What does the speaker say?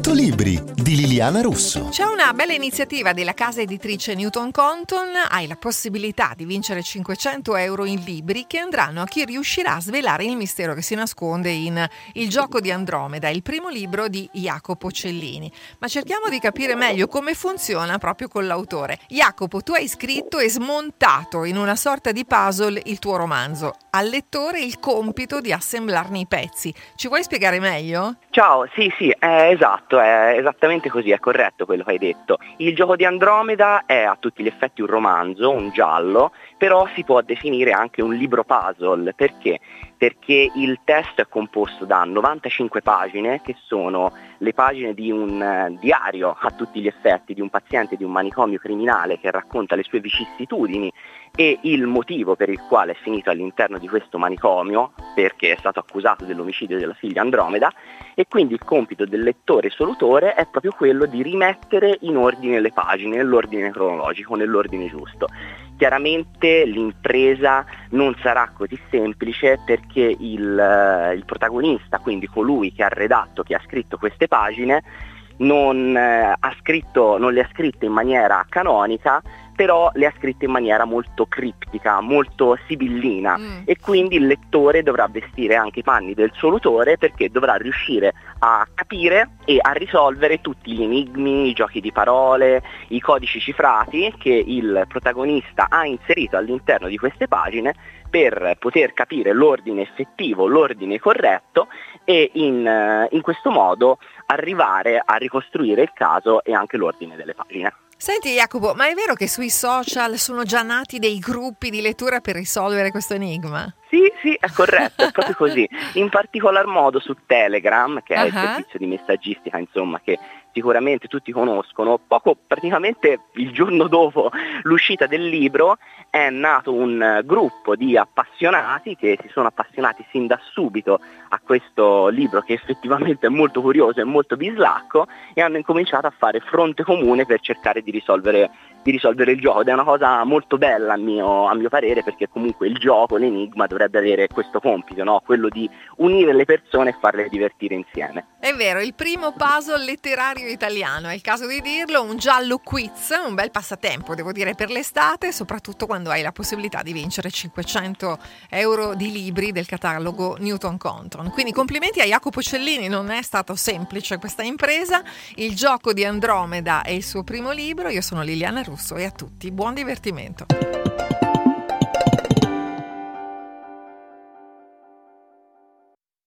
100 libri di Liliana Russo. C'è una bella iniziativa della casa editrice Newton Compton. Hai la possibilità di vincere 500 euro in libri che andranno a chi riuscirà a svelare il mistero che si nasconde in Il gioco di Andromeda, il primo libro di Jacopo Cellini. Ma cerchiamo di capire meglio come funziona proprio con l'autore. Jacopo, tu hai scritto e smontato in una sorta di puzzle il tuo romanzo. Al lettore il compito di assemblarne i pezzi. Ci vuoi spiegare meglio? Ciao, sì, è esatto, è esattamente così, è corretto quello che hai detto. Il gioco di Andromeda è a tutti gli effetti un romanzo, un giallo, però si può definire anche un libro puzzle. Perché? Perché il testo è composto da 95 pagine, che sono le pagine di un diario a tutti gli effetti di un paziente di un manicomio criminale che racconta le sue vicissitudini e il motivo per il quale è finito all'interno di questo manicomio, perché è stato accusato dell'omicidio della figlia Andromeda, e quindi il compito del lettore solutore è proprio quello di rimettere in ordine le pagine, nell'ordine cronologico, nell'ordine giusto. Chiaramente l'impresa non sarà così semplice perché il protagonista, quindi colui che ha redatto, che ha scritto queste pagine, non le ha scritte in maniera canonica, però le ha scritte in maniera molto criptica, molto sibillina, e quindi il lettore dovrà vestire anche i panni del suo autore, perché dovrà riuscire a capire e a risolvere tutti gli enigmi, i giochi di parole, i codici cifrati che il protagonista ha inserito all'interno di queste pagine per poter capire l'ordine effettivo, l'ordine corretto, e in questo modo arrivare a ricostruire il caso e anche l'ordine delle pagine. Senti Jacopo, ma è vero che sui social sono già nati dei gruppi di lettura per risolvere questo enigma? Sì, è corretto, è proprio così. In particolar modo su Telegram, che è il servizio di messaggistica, insomma, che sicuramente tutti conoscono. Praticamente il giorno dopo l'uscita del libro, è nato un gruppo di appassionati che si sono appassionati sin da subito a questo libro, che effettivamente è molto curioso e molto bislacco, e hanno incominciato a fare fronte comune per cercare di risolvere il gioco. Ed è una cosa molto bella a mio parere, perché comunque il gioco, l'enigma dovrebbe avere questo compito, no? Quello di unire le persone e farle divertire insieme. È vero, il primo puzzle letterario italiano, è il caso di dirlo, un giallo quiz, un bel passatempo devo dire per l'estate, soprattutto quando hai la possibilità di vincere 500 euro di libri del catalogo Newton Compton. Quindi complimenti a Jacopo Cellini, non è stato semplice questa impresa. Il gioco di Andromeda è il suo primo libro. Io sono Liliana Russo e a tutti buon divertimento.